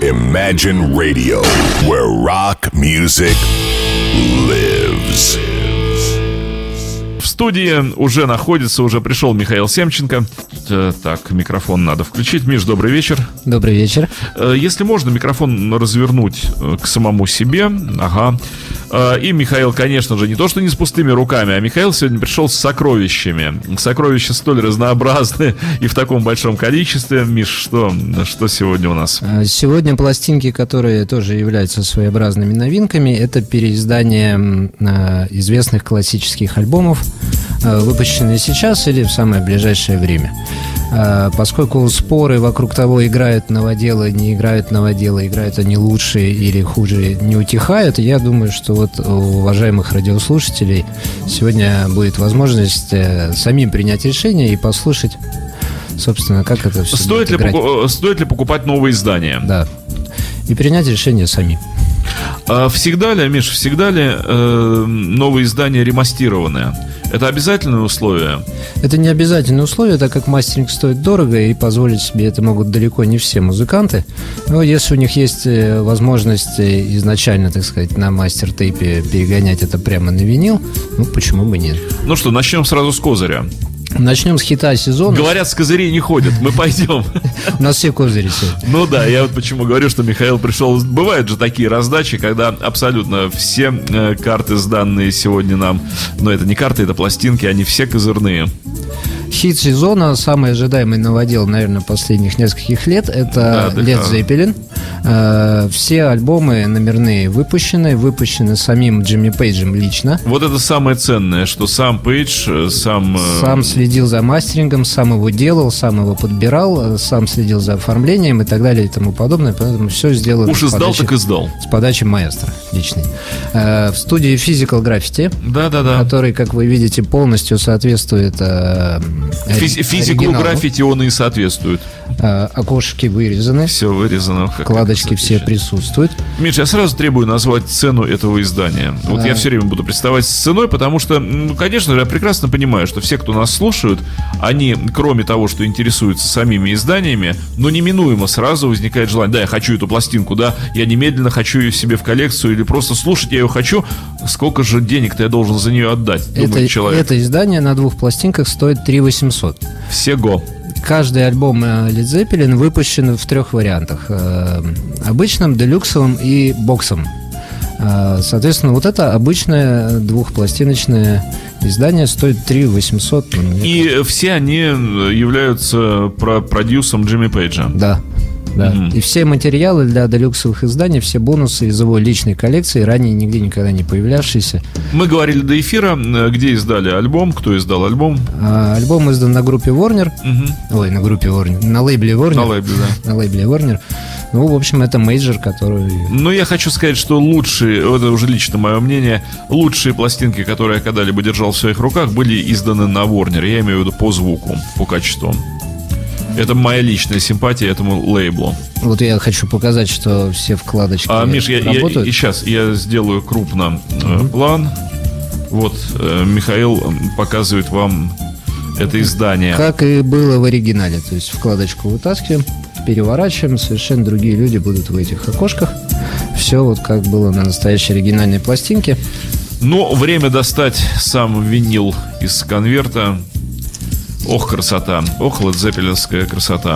Imagine Radio, where rock music lives. В студии уже находится, уже пришел Михаил Семченко. Так, микрофон надо включить. Миш, добрый вечер. Добрый вечер. Если можно, микрофон развернуть к самому себе. Ага. И Михаил, конечно же, не то что не с пустыми руками, а Михаил сегодня пришел с сокровищами. Сокровища столь разнообразны и в таком большом количестве. Миш, что сегодня у нас? Сегодня пластинки, которые тоже являются своеобразными новинками, это переиздание известных классических альбомов, выпущенные сейчас или в самое ближайшее время. Поскольку споры вокруг того, играют новоделы, не играют новоделы, играют они лучше или хуже, не утихают, я думаю, что вот у уважаемых радиослушателей сегодня будет возможность самим принять решение и послушать, собственно, как это все стоит будет играть. Стоит ли покупать новые издания? Да, и принять решение самим. Всегда ли, Миш, новые издания ремастированные? Это обязательное условие? Это не обязательное условие, так как мастеринг стоит дорого, и позволить себе это могут далеко не все музыканты. Но если у них есть возможность изначально, так сказать, на мастер-тейпе перегонять это прямо на винил, ну почему бы нет? Ну что, начнем сразу с козыря. Начнем с хита сезона. Говорят, с козырей не ходят, мы пойдем. У нас все козыри сегодня. Ну да, я вот почему говорю, что Михаил пришел. Бывают же такие раздачи, когда абсолютно все карты, сданные сегодня нам, но это не карты, это пластинки, они все козырные. Хит сезона, самый ожидаемый новодел, наверное, последних нескольких лет, это Led Zeppelin. Все альбомы номерные выпущены самим Джимми Пейджем лично. Вот это самое ценное, что сам Пейдж сам следил за мастерингом, сам его делал, сам его подбирал, сам следил за оформлением и так далее и тому подобное. Поэтому все сделано. Уж издал, так издал. С подачи маэстро личной. В студии Physical Graffiti, который, как вы видите, полностью соответствует физику граффити он и соответствует. Окошки вырезаны. Все вырезано. Вкладочки все присутствуют. Миша, я сразу требую назвать цену этого издания. Вот я все время буду приставать с ценой, потому что, конечно, я прекрасно понимаю, что все, кто нас слушают, они, кроме того, что интересуются самими изданиями, но неминуемо сразу возникает желание: да, я хочу эту пластинку, да, я немедленно хочу ее себе в коллекцию, или просто слушать я ее хочу. Сколько же денег-то я должен за нее отдать, думает человек. Это издание на 2 пластинках стоит 3800. Всего. Каждый альбом Led Zeppelin выпущен в 3 вариантах: обычным, делюксовым и боксом. Соответственно, вот это обычное 2-пластиночное издание стоит 3800. И все они являются продюсером Джимми Пейджа. Да. И все материалы для делюксовых изданий, все бонусы из его личной коллекции, ранее нигде никогда не появлявшиеся. Мы говорили до эфира, где издали альбом, кто издал альбом. Альбом издан на группе Warner. Ой, на группе Warner, на лейбле Warner. На лейбле, да. На лейбле Warner. Ну, в общем, это мейджор, который... Ну, я хочу сказать, что лучшие, это уже лично мое мнение, лучшие пластинки, которые я когда-либо держал в своих руках, были изданы на Warner. Я имею в виду по звуку, по качеству. Это моя личная симпатия этому лейблу. Вот я хочу показать, что все вкладочки Миш, работают. Сейчас я сделаю крупно план. Вот Михаил показывает вам это издание. Как и было в оригинале. То есть вкладочку вытаскиваем, переворачиваем, совершенно другие люди будут в этих окошках. Все вот как было на настоящей оригинальной пластинке. Но время достать сам винил из конверта. Ох, красота. Ох, ледзеппелинская красота.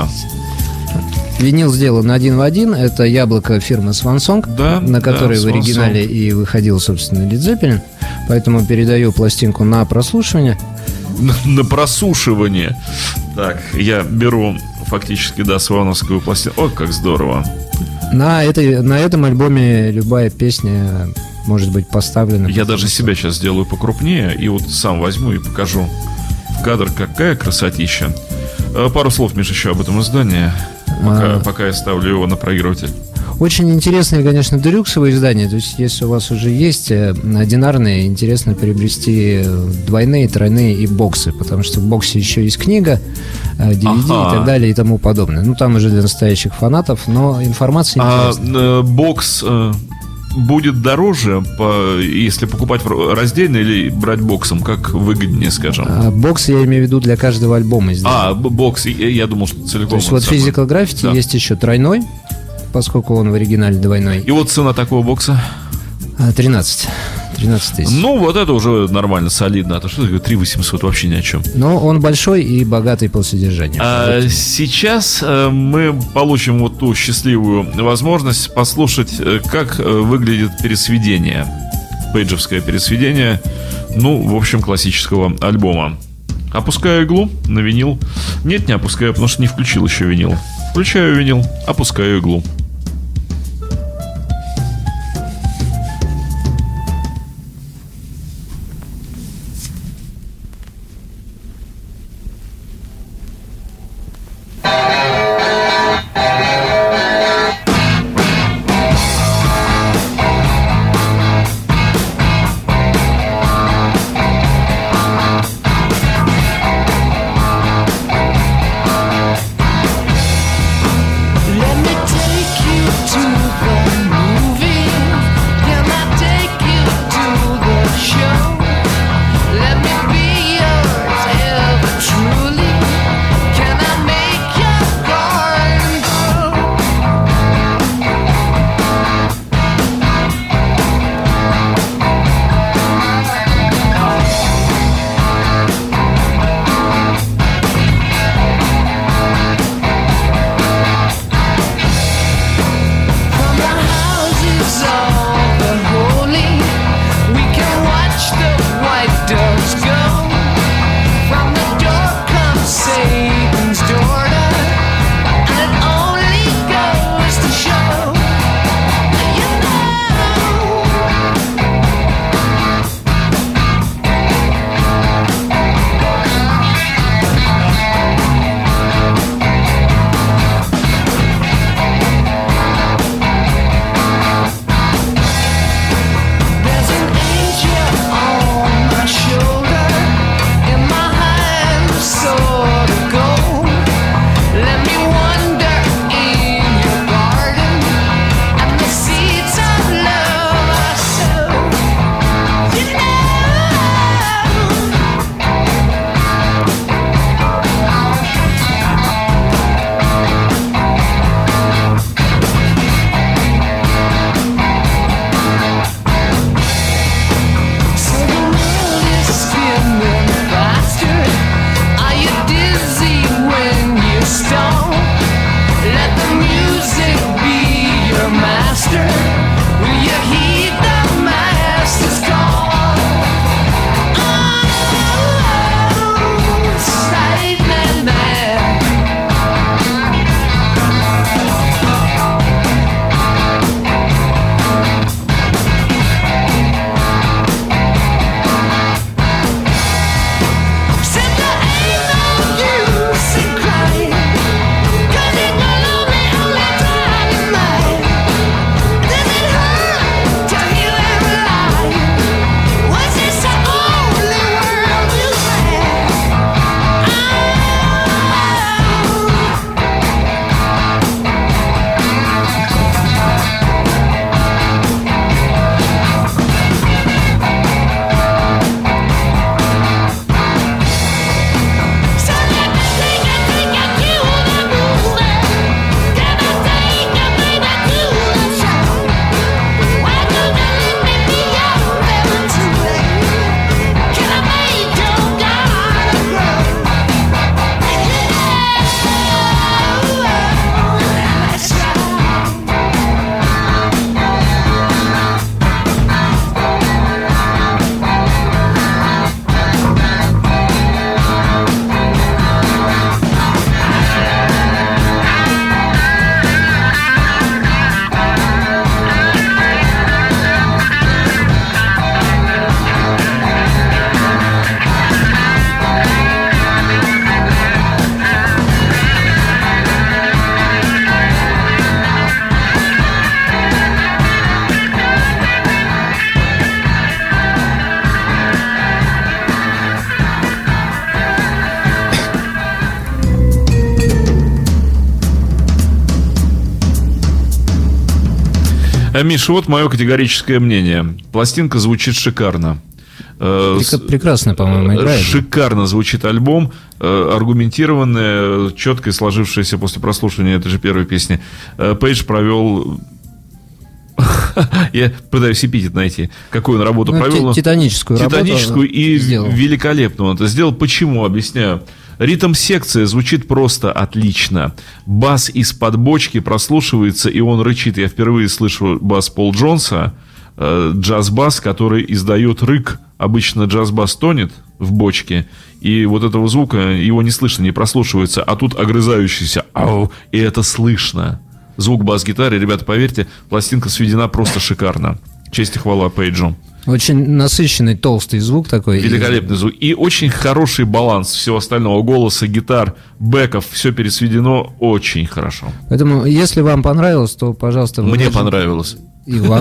Винил сделан один в один. Это яблоко фирмы Swan Song, на которой в оригинале и выходил, собственно, Led Zeppelin. Поэтому передаю пластинку на прослушивание. На просушивание. Так, я беру фактически, свановскую пластинку. Ой, как здорово. На этом альбоме любая песня может быть поставлена. Я даже себя сейчас сделаю покрупнее и вот сам возьму и покажу в кадр, какая красотища. Пару слов, Миша, еще об этом издании, пока я ставлю его на проигрыватель. Очень интересное, конечно, делюксовое издание. То есть, если у вас уже есть одинарные, интересно приобрести двойные, тройные и боксы. Потому что в боксе еще есть книга, DVD и так далее и тому подобное. Ну, там уже для настоящих фанатов, но информация интересная. Бокс будет дороже, если покупать раздельно или брать боксом, как выгоднее, скажем? Бокс я имею в виду для каждого альбома. Бокс, я думал, что целиком. То есть вот Physical Graffiti есть еще тройной. поскольку он в оригинале двойной. И вот цена такого бокса? 13 тысяч. Ну, вот это уже нормально, солидно. А то что такое 3 800, вообще ни о чем. Но он большой и богатый по содержанию. Сейчас мы получим вот ту счастливую возможность послушать, как выглядит пересведение. Пейджевское пересведение, ну, в общем, классического альбома. Опускаю иглу на винил. Нет, не опускаю, потому что не включил еще винил. Включаю винил, опускаю иглу. Миша, вот мое категорическое мнение. Пластинка звучит шикарно. Прекрасно, по-моему, играет. Шикарно звучит альбом, аргументированная, четко сложившаяся после прослушивания этой же первой песни. Пейдж провел... Я пытаюсь эпитет найти, какую он работу провел. Титаническую и сделал. Великолепную он это сделал. Почему? Объясняю. Ритм-секция звучит просто отлично. Бас из-под бочки прослушивается, и он рычит. Я впервые слышу бас Пол Джонса, джаз-бас, который издает рык. Обычно джаз-бас тонет в бочке, и вот этого звука его не слышно, не прослушивается, а тут огрызающийся «ау», и это слышно. Звук бас-гитары, ребята, поверьте, пластинка сведена просто шикарно. Честь и хвала Пейджу. Очень насыщенный, толстый звук такой. Великолепный звук. И очень хороший баланс всего остального. Голоса, гитар, бэков. Все пересведено очень хорошо. Поэтому, если вам понравилось, то, пожалуйста... Мне понравилось. И вам.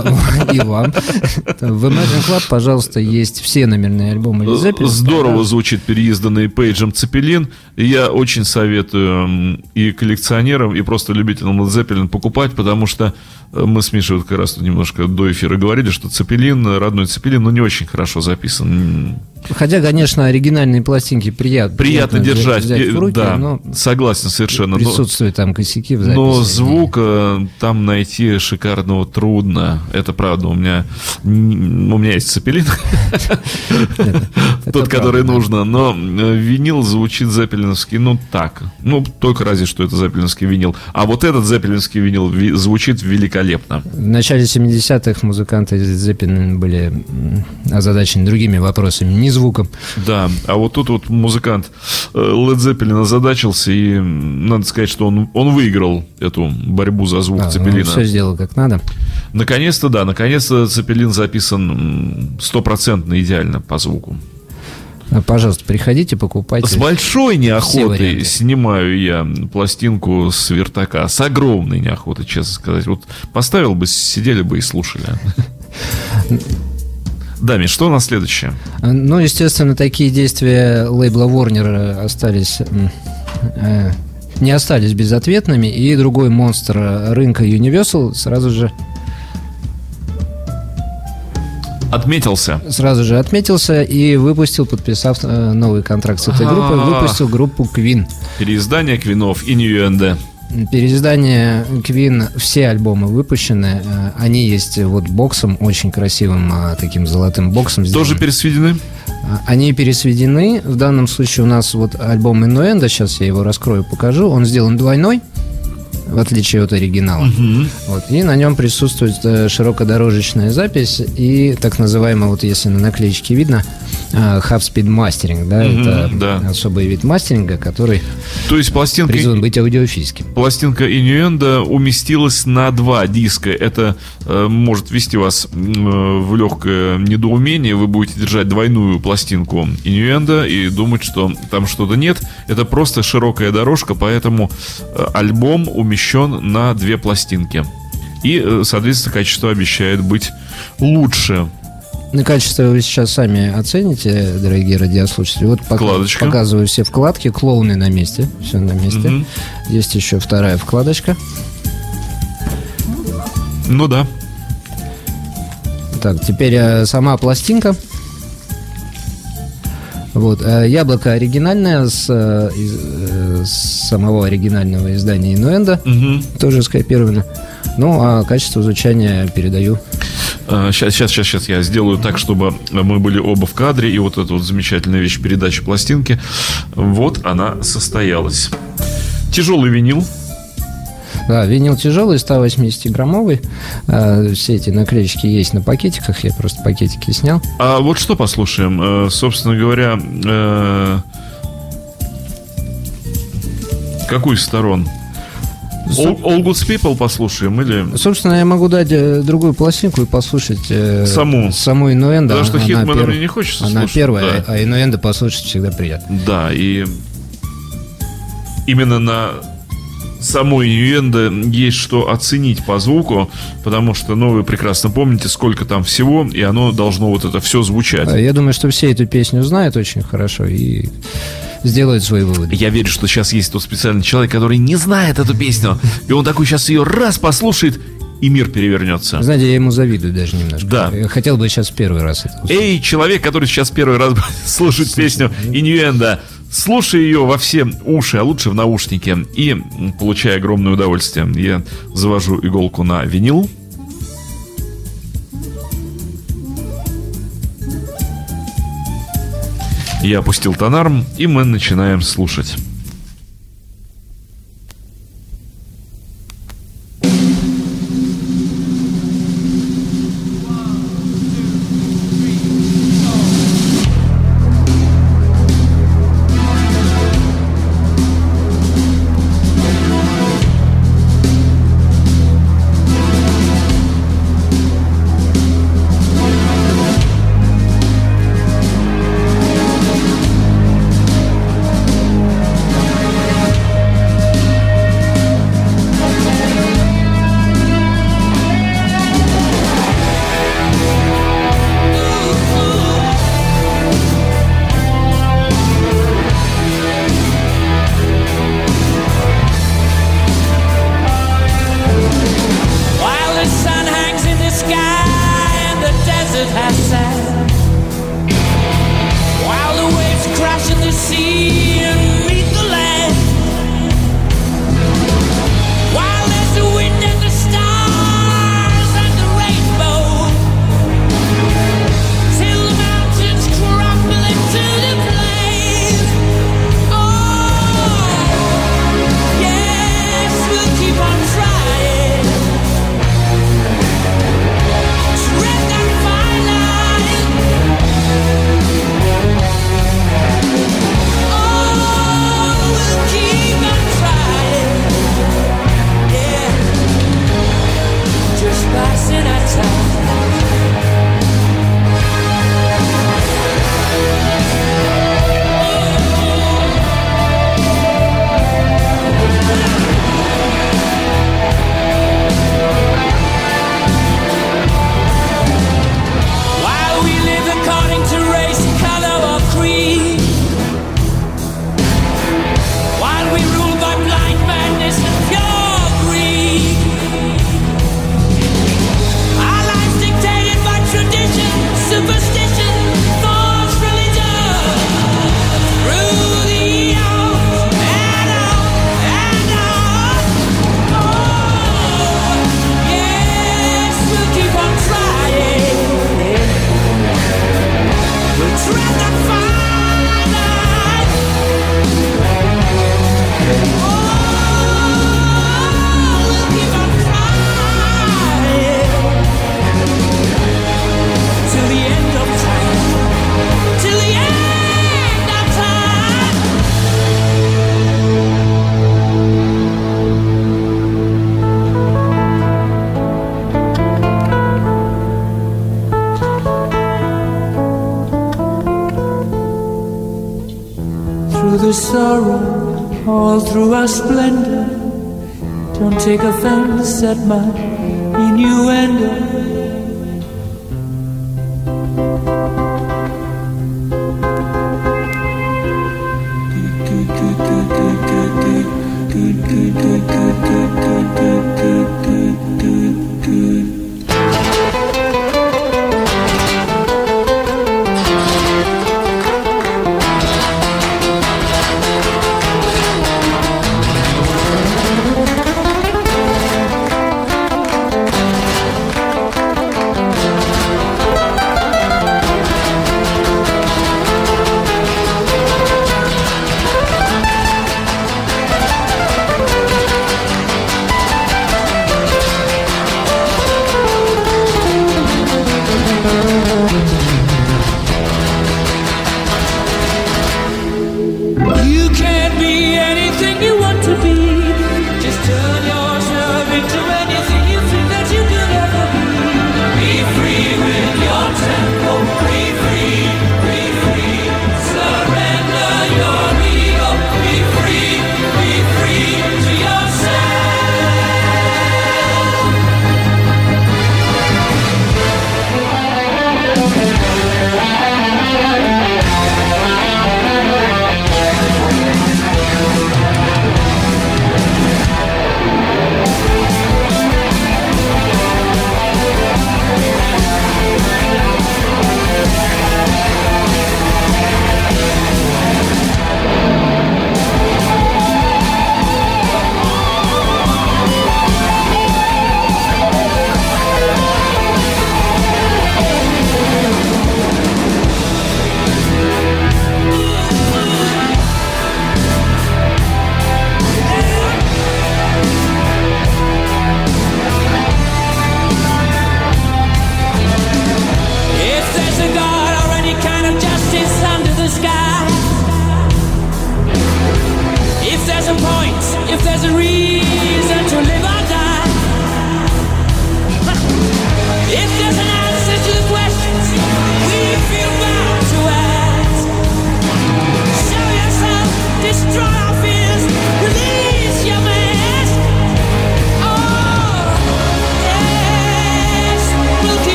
В Imagine Club, пожалуйста, есть все номерные альбомы Led Zeppelin. Здорово звучит переизданный Пейджем Цепелин. Я очень советую и коллекционерам, и просто любителям Led Zeppelin покупать, потому что мы с Мишей вот как раз немножко до эфира говорили, что Цепелин, родной Цепелин, не очень хорошо записан. Хотя, конечно, оригинальные пластинки приятно держать взять в руки, да, но согласен совершенно. Присутствуют там косяки в записи. Но звука там найти шикарного трудно. Это правда. У меня есть Цепелин, тот, который нужно. Но винил звучит зеппелиновский, так. Только разве что это зеппелиновский винил. А вот этот зеппелиновский винил звучит великолепно. В начале 70-х музыканты из Led Zeppelin были озадачены другими вопросами, не звуком. Да, а вот тут вот музыкант Led Zeppelin озадачился, и надо сказать, что он выиграл эту борьбу за звук Цепелина. Все сделал как надо. Наконец-то, да, Цепелин записан 100% идеально по звуку. Пожалуйста, приходите, покупайте. С большой неохотой снимаю я пластинку с вертака. С огромной неохотой, честно сказать. Вот поставил бы, сидели бы и слушали. Да, Миш, что у нас следующее? Естественно, такие действия лейбла Warner не остались безответными. И другой монстр рынка Universal сразу же отметился и выпустил, подписав новый контракт с этой группой, выпустил группу Queen. Переиздание Квинов, Innuendo. Переиздание Queen, все альбомы выпущены. Они есть вот боксом, очень красивым таким золотым боксом. Тоже пересведены? Они пересведены. В данном случае у нас вот альбом Innuendo, сейчас я его раскрою, покажу. Он сделан двойной, в отличие от оригинала. И на нем присутствует широкодорожечная запись и так называемый, вот если на наклеечке видно, half-speed мастеринг, это особый вид мастеринга, который призван быть аудиофильским. Пластинка Innuendo уместилась на 2 диска. Это может ввести вас в легкое недоумение. Вы будете держать двойную пластинку Innuendo и думать, что там что-то нет. Это просто широкая дорожка, поэтому альбом умещен на 2 пластинки. И, соответственно, качество обещает быть лучше. Качество вы сейчас сами оцените, дорогие радиослушатели. Вот показываю все вкладки. Клоуны на месте. Все на месте. Есть еще вторая вкладочка. Да. Так, теперь сама пластинка. Вот, яблоко оригинальное с самого оригинального издания Innuendo, тоже скопировано. А качество звучания передаю. Сейчас я сделаю так, чтобы мы были оба в кадре. И вот эта вот замечательная вещь, передача пластинки, вот она состоялась. Тяжелый винил. Да, винил тяжелый, 180-граммовый. Все эти наклеечки есть на пакетиках. Я просто пакетики снял. А вот что послушаем? Собственно говоря, какую из сторон? All Good People послушаем или... Собственно, я могу дать другую пластинку и послушать саму Innuendo. Потому что Хитмана мне не хочется слушать. Она первая, а Innuendo послушать всегда приятно. Да, и именно на самой Innuendo есть что оценить по звуку, потому что, вы прекрасно помните, сколько там всего, и оно должно вот это все звучать. Я думаю, что все эту песню знают очень хорошо и сделают свои выводы. Я верю, что сейчас есть тот специальный человек, который не знает эту песню, и он такой сейчас ее раз послушает и мир перевернется. Знаете, я ему завидую даже немножко. Да. Я хотел бы сейчас первый раз это услышать. Эй, человек, который сейчас первый раз слушает песню «Иньюэндо», слушай ее во все уши, а лучше в наушнике, и получай огромное удовольствие. Я завожу иголку на винил. Я опустил тонарм, и мы начинаем слушать. The sorrow, all through our splendor. Don't take offense at my innuendo.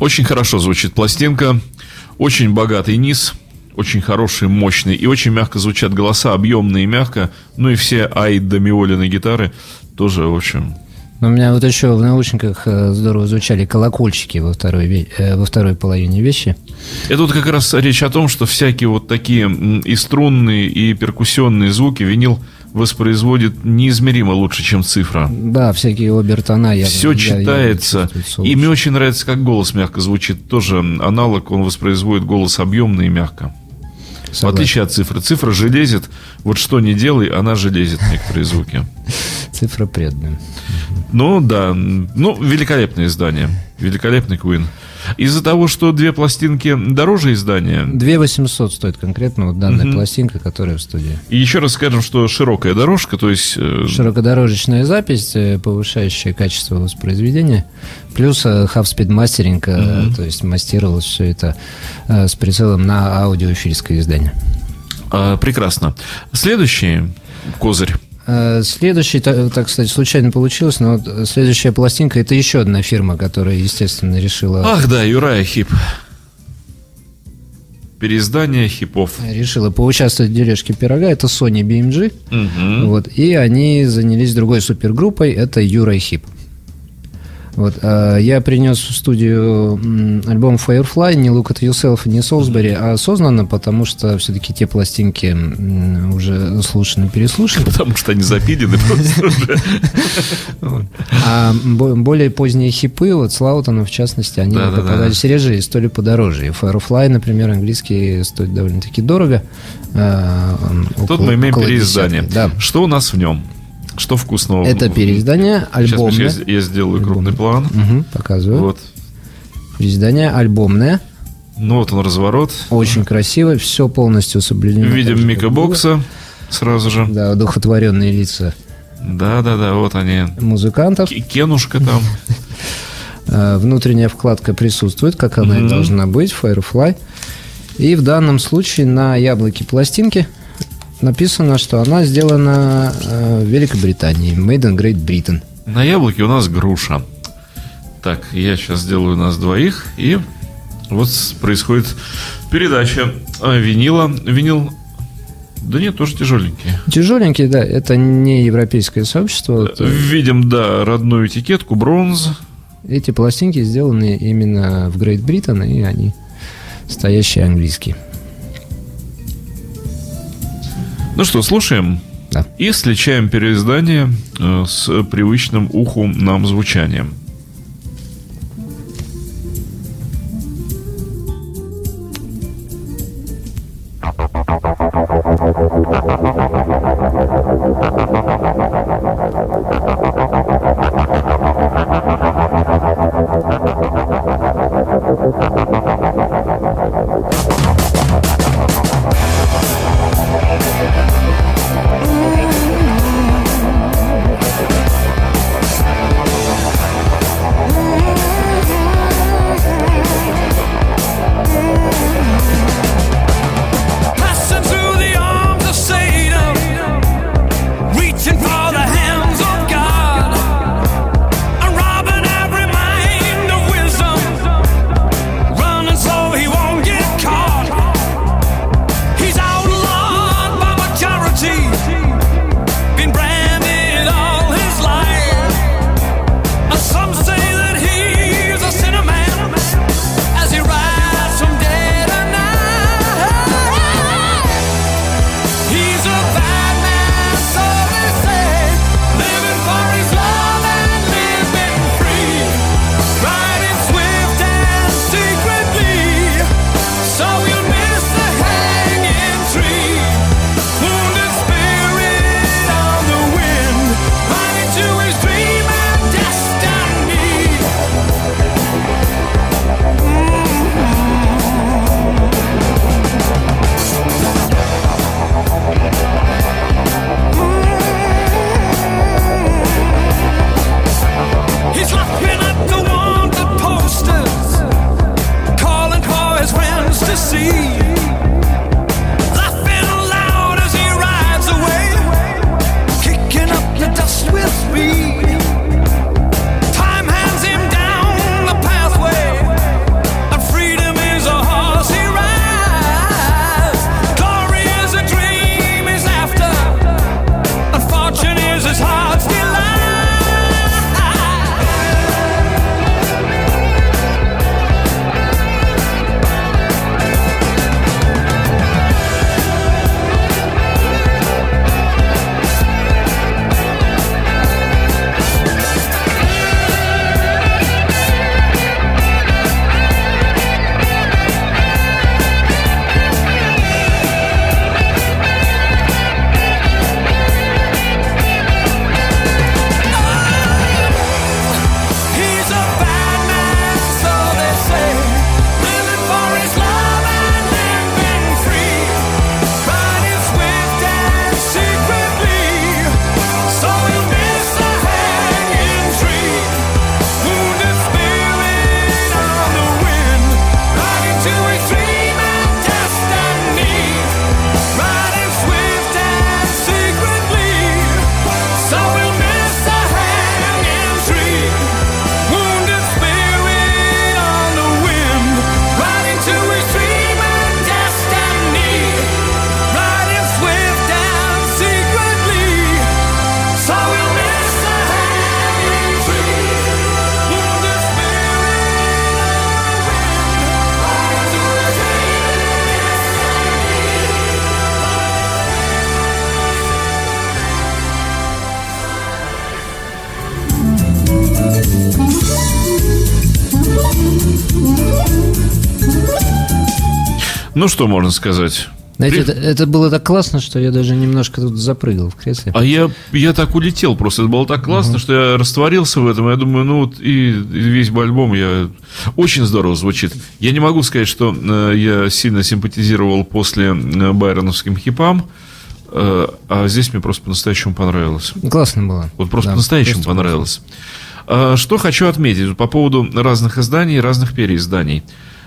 Очень хорошо звучит пластинка, очень богатый низ, очень хороший, мощный, и очень мягко звучат голоса, объемные и мягко. Ну и все Аида Миолины гитары тоже, в общем... Но у меня вот еще в наушниках здорово звучали колокольчики во второй половине вещи. Это вот как раз речь о том, что всякие вот такие и струнные, и перкуссионные звуки винил воспроизводит неизмеримо лучше, чем цифра. Да, всякие обертона. Все читается. И мне очень нравится, как голос мягко звучит. Тоже аналог, он воспроизводит голос объемно и мягко. Согласен. В отличие от цифры. Цифра железит. Вот что ни делай, она железит некоторые звуки. Цифра преданная. Ну, да. Ну, великолепное издание. Великолепный Queen. Из-за того, что две пластинки дороже издания... 2800 стоит конкретно вот данная пластинка, которая в студии. И еще раз скажем, что широкая дорожка, то есть... Широкодорожечная запись, повышающая качество воспроизведения. Плюс half-speed мастеринг, то есть мастерилось все это с прицелом на аудиоэфирское издание. Прекрасно. Следующий козырь. Следующий, так сказать, случайно получилось, но вот следующая пластинка — это еще одна фирма, которая, естественно, решила... Ах, да, Юрая Хип. Переиздание хипов. Решила поучаствовать в дележке пирога. Это Sony BMG. Вот, и они занялись другой супергруппой, это Юрай Хип. Вот, я принес в студию альбом Firefly, не Look at Yourself и не Salisbury, а осознанно, потому что все-таки те пластинки уже слушаны, переслушаны. Потому что они запилены просто уже. А более поздние хипы, вот Слаутона в частности, они попадались реже и стоили подороже. И Firefly, например, английский стоит довольно-таки дорого. Тут мы имеем переиздание. Что у нас в нем? Что вкусного? Это переиздание альбомное. Сейчас я сделаю крупный план. Показываю. Вот. Переиздание альбомное. Ну вот он разворот. Очень красиво, все полностью соблюдено. Видим Мика Бокса сразу же. Да, одухотворенные лица. Да, вот они. Музыкантов. Кенушка там. Внутренняя вкладка присутствует, как она и должна быть, Firefly. И в данном случае на яблоке пластинки написано, что она сделана в Великобритании. Made in Great Britain. На яблоке у нас груша. Так, я сейчас сделаю нас двоих. И вот происходит передача винила. Винил, да нет, тоже тяжеленький. Тяжеленький, да. Это не европейское сообщество. Видим, да, родную этикетку, бронз. Эти пластинки сделаны именно в Great Britain, и они стоящие английские. Ну что, слушаем? Да. И сличаем переиздание с привычным уху нам звучанием. Ну, что можно сказать? Знаете, это было так классно, что я даже немножко тут запрыгал в кресле. А я так улетел просто. Это было так классно, что я растворился в этом. Я думаю, ну вот и весь альбом очень здорово звучит. Я не могу сказать, что я сильно симпатизировал после байроновским хипам. А здесь мне просто по-настоящему понравилось. Классно было. Вот просто по-настоящему понравилось. Что хочу отметить по поводу разных изданий, разных переизданий.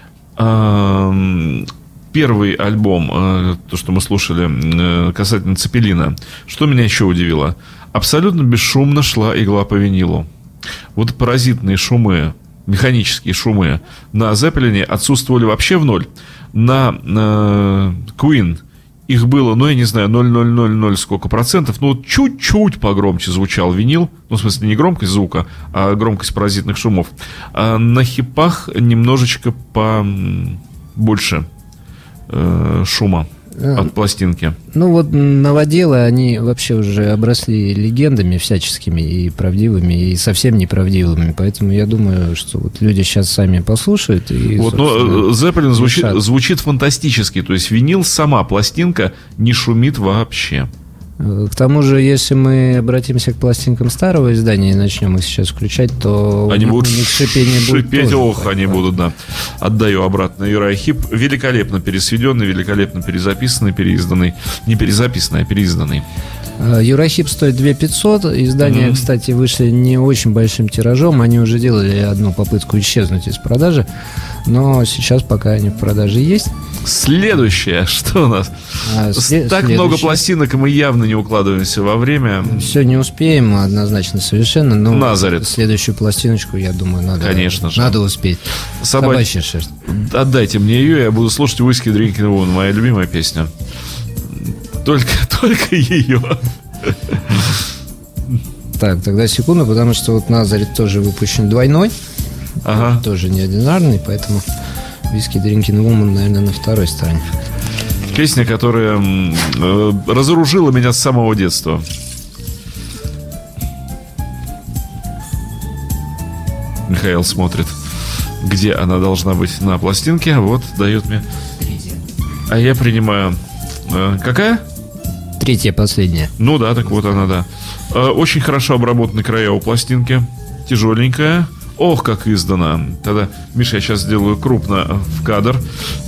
Первый альбом, то, что мы слушали касательно Цепелина, что меня еще удивило? Абсолютно бесшумно шла игла по винилу. Вот паразитные шумы, механические шумы на Зеппелине отсутствовали вообще в ноль. На Queen их было, ну, я не знаю, 0,000 сколько процентов, ну, чуть-чуть погромче звучал винил, ну, в смысле, не громкость звука, а громкость паразитных шумов. А на хипах немножечко побольше шума от пластинки. Ну вот новоделы, они вообще уже обросли легендами всяческими, и правдивыми, и совсем неправдивыми. Поэтому я думаю, что вот люди сейчас сами послушают. И, вот, но Зеппелин звучит фантастически. То есть винил, сама пластинка не шумит вообще. К тому же, если мы обратимся к пластинкам старого издания и начнем их сейчас включать, то они будут шипеть, они будут, да. Отдаю обратно Юрай Хип. Великолепно пересведенный, великолепно перезаписанный, переизданный. Не перезаписанный, а переизданный. Юрай Хип стоит 2500. Издания, кстати, вышли не очень большим тиражом. Они уже делали одну попытку исчезнуть из продажи. Но сейчас пока они в продаже есть. Следующее, что у нас? Так много пластинок, и мы явно не укладываемся во время. Все не успеем, однозначно, совершенно. Но Назарет. Следующую пластиночку, я думаю, надо успеть. Собачья шерсть. Отдайте мне ее, я буду слушать Whiskey Drinking Woman, моя любимая песня. Только ее. Так, тогда секунду, потому что вот Назарет тоже выпущен двойной. Ага. Тоже неординарный, поэтому Whiskey Drinking Woman, наверное, на второй стороне. Песня, которая разоружила меня с самого детства. Михаил смотрит, где она должна быть на пластинке. Вот, дает мне. А я принимаю. Какая? Третья, последняя. Ну да, так вот она, да. Очень хорошо обработаны края у пластинки. Тяжеленькая. Ох, как издана. Тогда, Миша, я сейчас сделаю крупно в кадр.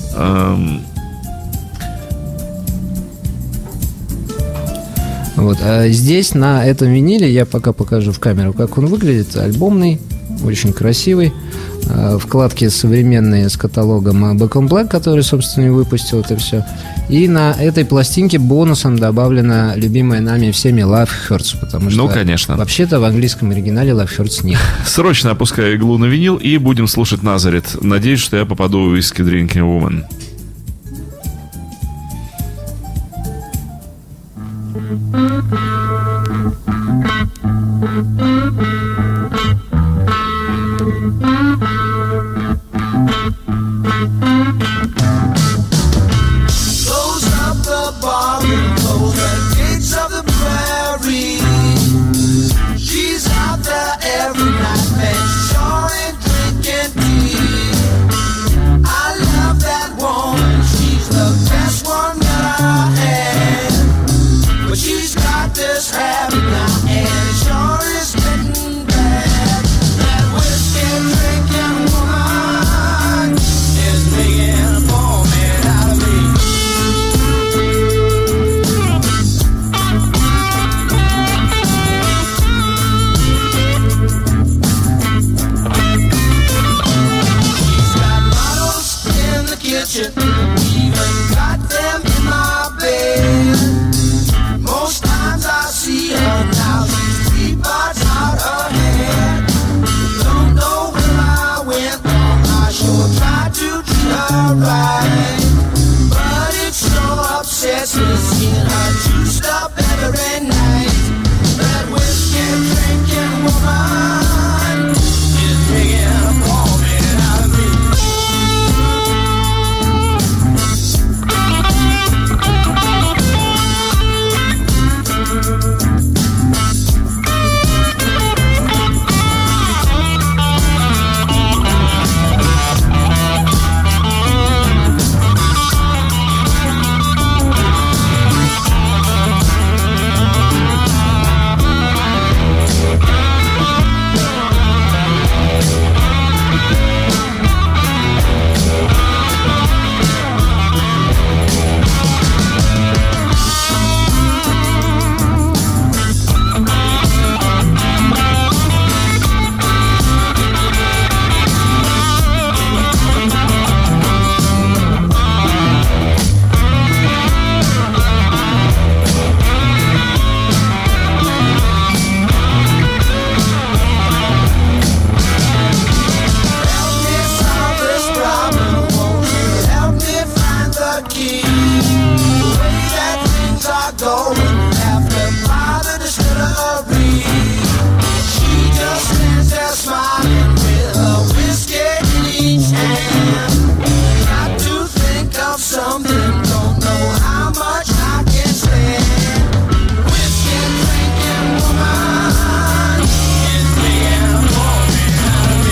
Вот, а здесь, на этом виниле, я пока покажу в камеру, как он выглядит. Альбомный, очень красивый. Вкладки современные с каталогом Back on Black, который, собственно, и выпустил это все. И на этой пластинке бонусом добавлена любимая нами всеми Love Hurts, потому что, ну, конечно, вообще-то в английском оригинале Love Hurts нет. Срочно опускаю иглу на винил и будем слушать Назарет. Надеюсь, что я попаду в Whiskey Drinking Woman. door when you have to bother the distillery. She just stands there smiling with a whiskey in each hand. Got to think of something, don't know how much I can stand. Whiskey drinking woman is being born out of me.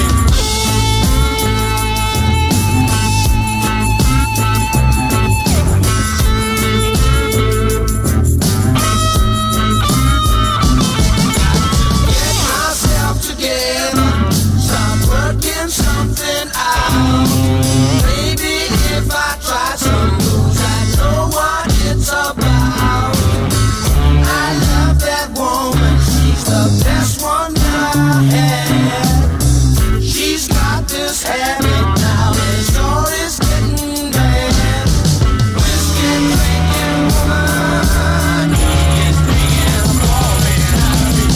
Get myself together, start working something out. Maybe if I try some blues, I know what it's about. I love that woman, she's the best one that I had. She's got this habit now, and sure is getting bad. Whiskey drinking woman is being born out of me.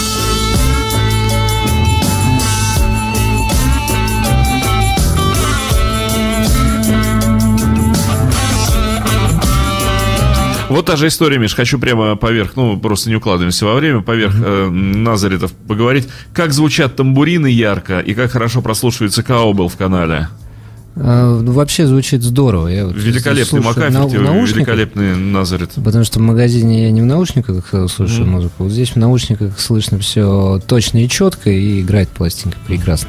Вот та же история, Миш, хочу прямо поверх, ну, просто не укладываемся во время, поверх Назаретов поговорить. Как звучат тамбурины ярко и как хорошо прослушивается каубел в канале. Ну, вообще звучит здорово. Я вот Великолепный Макаферти, великолепный Назарет. Потому что в магазине я не в наушниках слушаю музыку. Вот здесь в наушниках слышно все точно и четко, и играет пластинка прекрасно.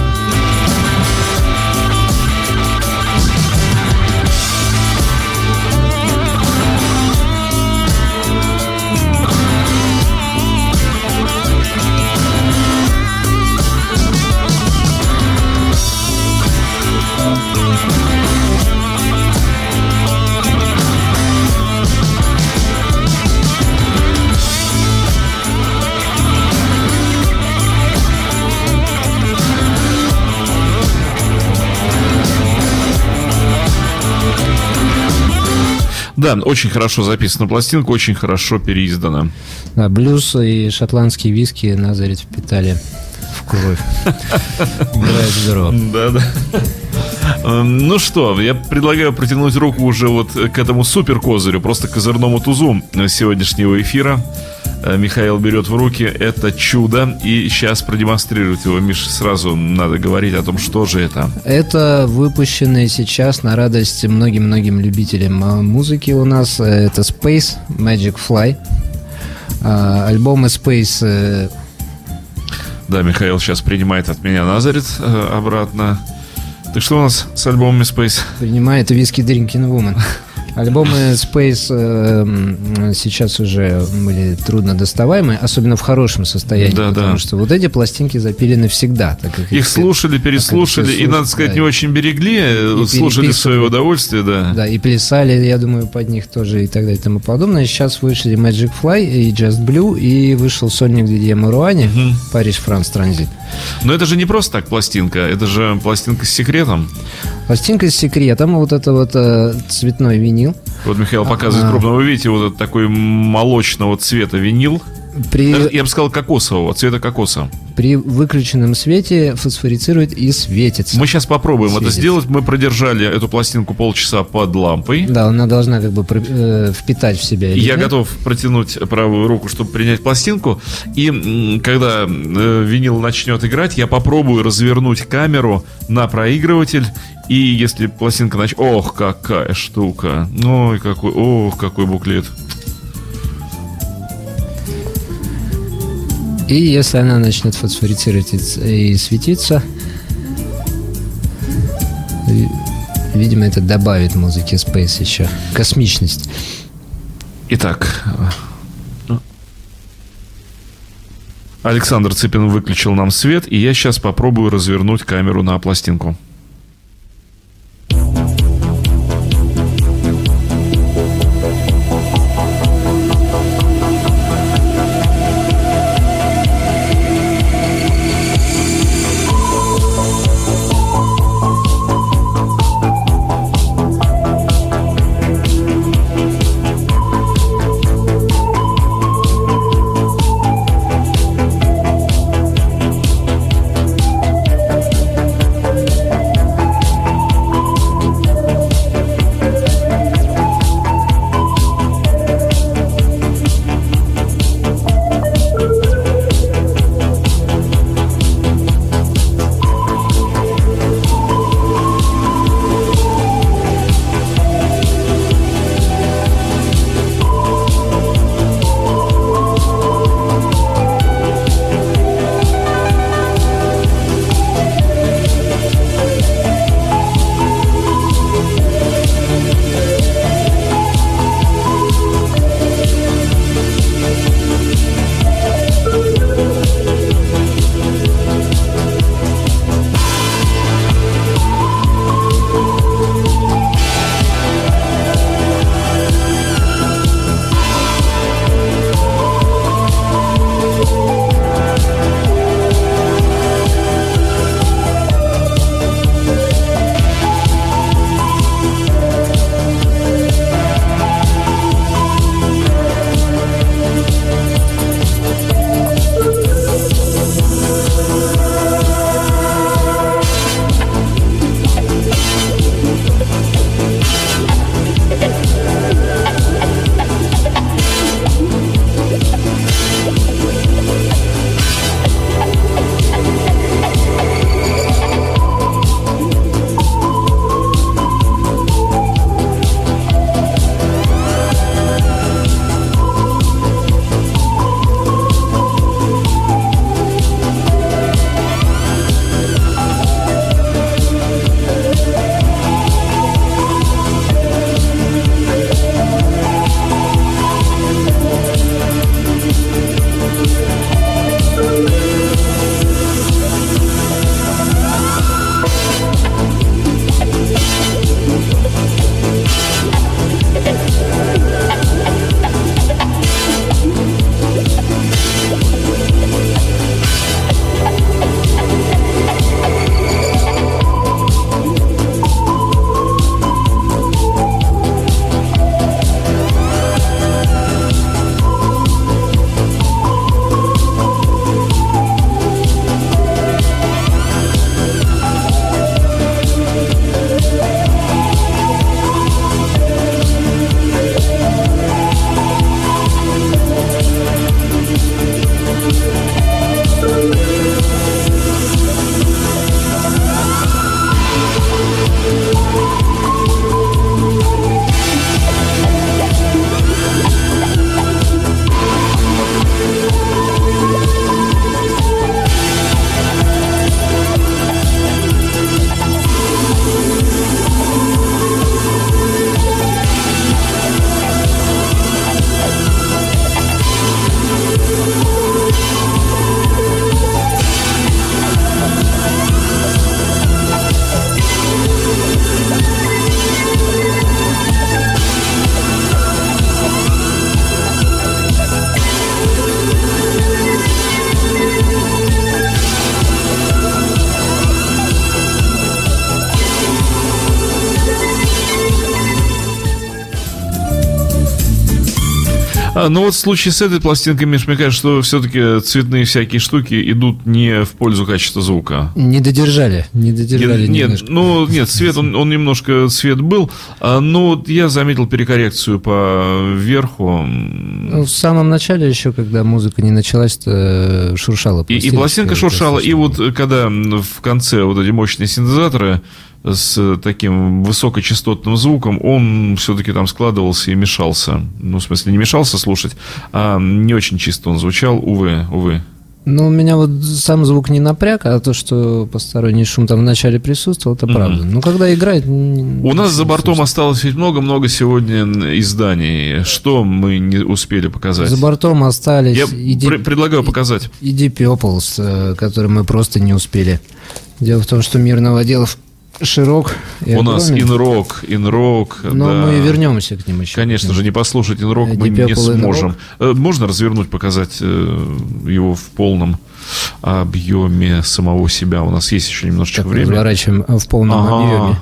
Да, очень хорошо записана пластинка, очень хорошо переиздана. Да, блюз и шотландские виски Назарет впитали в кровь. Играет здорово. Да. Ну что, я предлагаю протянуть руку уже вот к этому супер козырю, просто козырному тузу сегодняшнего эфира. Михаил берет в руки это чудо и сейчас продемонстрирует его. Миша, сразу надо говорить о том, что же это. Это выпущенные сейчас на радость многим-многим любителям музыки у нас. Это Space Magic Fly. Альбомы Space. Да, Михаил сейчас принимает от меня Назарет обратно. Так что у нас с альбомами Space? Принимает Whiskey Drinking Woman. Альбомы Space сейчас уже были трудно доставаемые, особенно в хорошем состоянии, потому что вот эти пластинки запилены всегда. Так как их слушали, переслушали, и, надо сказать, не очень берегли, слушали в свое удовольствие, да. Да, и плясали, я думаю, под них тоже и так далее и тому подобное. Сейчас вышли Magic Fly и Just Blue, и вышел сольник Дидье Маруани, Париж, Франс, Транзит. Но это же не просто так пластинка, это же пластинка с секретом. Пластинка с секретом, вот это вот цветной винил. Вот Михаил показывает крупно, вы видите, вот этот такой молочного цвета винил. Я бы сказал, кокосового, цвета кокоса. При выключенном свете фосфорицирует и светится. Мы сейчас попробуем это сделать. Мы продержали эту пластинку полчаса под лампой. Да, она должна как бы впитать в себя. Я готов протянуть правую руку, чтобы принять пластинку. И когда винил начнет играть, я попробую развернуть камеру на проигрыватель. И если пластинка начнет... Ох, какая штука! Ой, какой... Ох, какой буклет! И если она начнет фосфорицировать и светиться, видимо, это добавит музыке Space еще космичность. Итак, Александр Цыпин выключил нам свет, и я сейчас попробую развернуть камеру на пластинку. Но вот в случае с этой пластинкой, Миш, мне кажется, что все-таки цветные всякие штуки идут не в пользу качества звука. Не додержали Нет, немножко. цвет, он немножко цвет был, но вот я заметил перекоррекцию по верху. В самом начале еще, когда музыка не началась, шуршала пластинка. И пластинка шуршала, и вот когда в конце вот эти мощные синтезаторы с таким высокочастотным звуком, он все-таки там складывался и мешался. Ну, в смысле, не мешался слушать, а не очень чисто он звучал, увы. Ну, меня вот сам звук не напряг, а то, что посторонний шум там вначале присутствовал, это правда. Но когда играет... У нас за бортом осталось ведь много-много сегодня изданий. Что мы не успели показать? За бортом остались... Я предлагаю показать. И Deep Purple, который мы просто не успели. Дело в том, что мир новоделов широк и у нас огромен. инрок, Но да. мы вернемся к ним еще. Конечно же, не послушать инрок мы Deep не Purple сможем. Можно развернуть, показать его в полном объеме самого себя? У нас есть еще немножечко времени. Разворачиваем в полном объеме.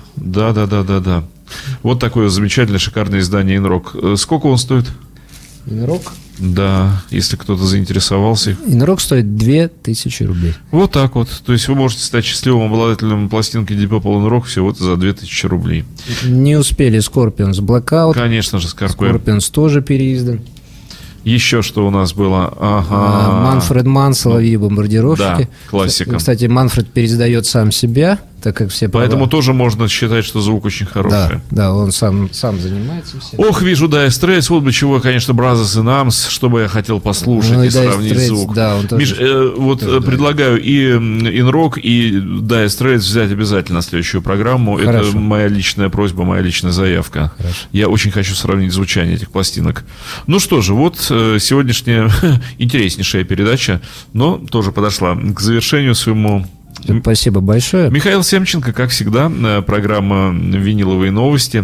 Да. Вот такое замечательное, шикарное издание инрок. Сколько он стоит? Инрок? Да, если кто-то заинтересовался. Инрок стоит 2000 рублей. Вот так вот. То есть вы можете стать счастливым обладателем пластинки Deep Purple Inrock всего-то за 2000 рублей. Не успели Scorpions Blackout. Конечно же, Scorpions тоже переиздан. Еще что у нас было? Манфред Манн, «Соловьи и бомбардировщики». Да, классика. Кстати, Манфред переиздает сам себя, так как все права... Поэтому тоже можно считать, что звук очень хороший. Да, он сам занимается всем. Ох, вижу Dire Straits, вот бы чего, конечно, Brothers in Arms, что бы я хотел послушать и сравнить Straits, звук. Да, он тоже, Миш, предлагаю и Inrock, и Dire Straits взять обязательно на следующую программу. Хорошо. Это моя личная просьба, моя личная заявка. Хорошо. Я очень хочу сравнить звучание этих пластинок. Ну что же, вот сегодняшняя интереснейшая передача, но тоже подошла к завершению своему. Спасибо большое. Михаил Семченко, как всегда, программа «Виниловые новости».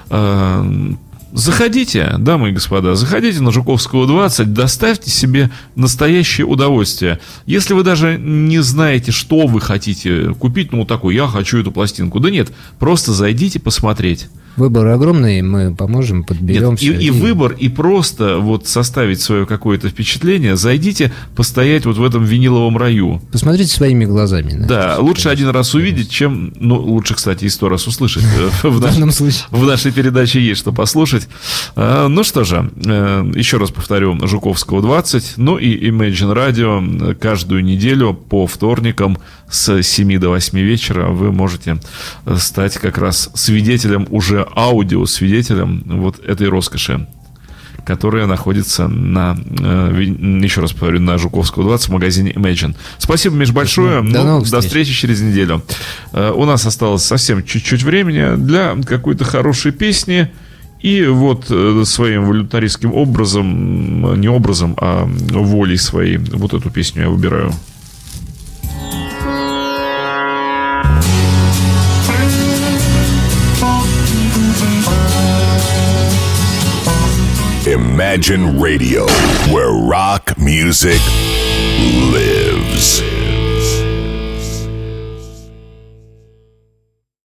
Заходите, дамы и господа, заходите на Жуковского 20, доставьте себе настоящее удовольствие. Если вы даже не знаете, что вы хотите купить, ну, такой, я хочу эту пластинку. Да нет, просто зайдите посмотреть. Выбор огромный, мы поможем, подберем. Нет, и выбор, и просто вот составить свое какое-то впечатление, зайдите постоять вот в этом виниловом раю. Посмотрите своими глазами. Да, лучше один раз увидеть, чем, ну, лучше, кстати, и 100 раз услышать. В данном случае. В нашей передаче есть что послушать. Ну что же, еще раз повторю, Жуковского 20, ну и Imagine Radio каждую неделю по вторникам с 7 до 8 вечера вы можете стать как раз свидетелем, уже аудиосвидетелем вот этой роскоши, которая находится на, еще раз повторю, на Жуковского 20 в магазине Imagine. Спасибо, Миш, большое. До встречи через неделю. У нас осталось совсем чуть-чуть времени для какой-то хорошей песни. И вот своим волюнтаристским образом, не образом, а волей своей, вот эту песню я выбираю. Imagine Radio, where rock music lives.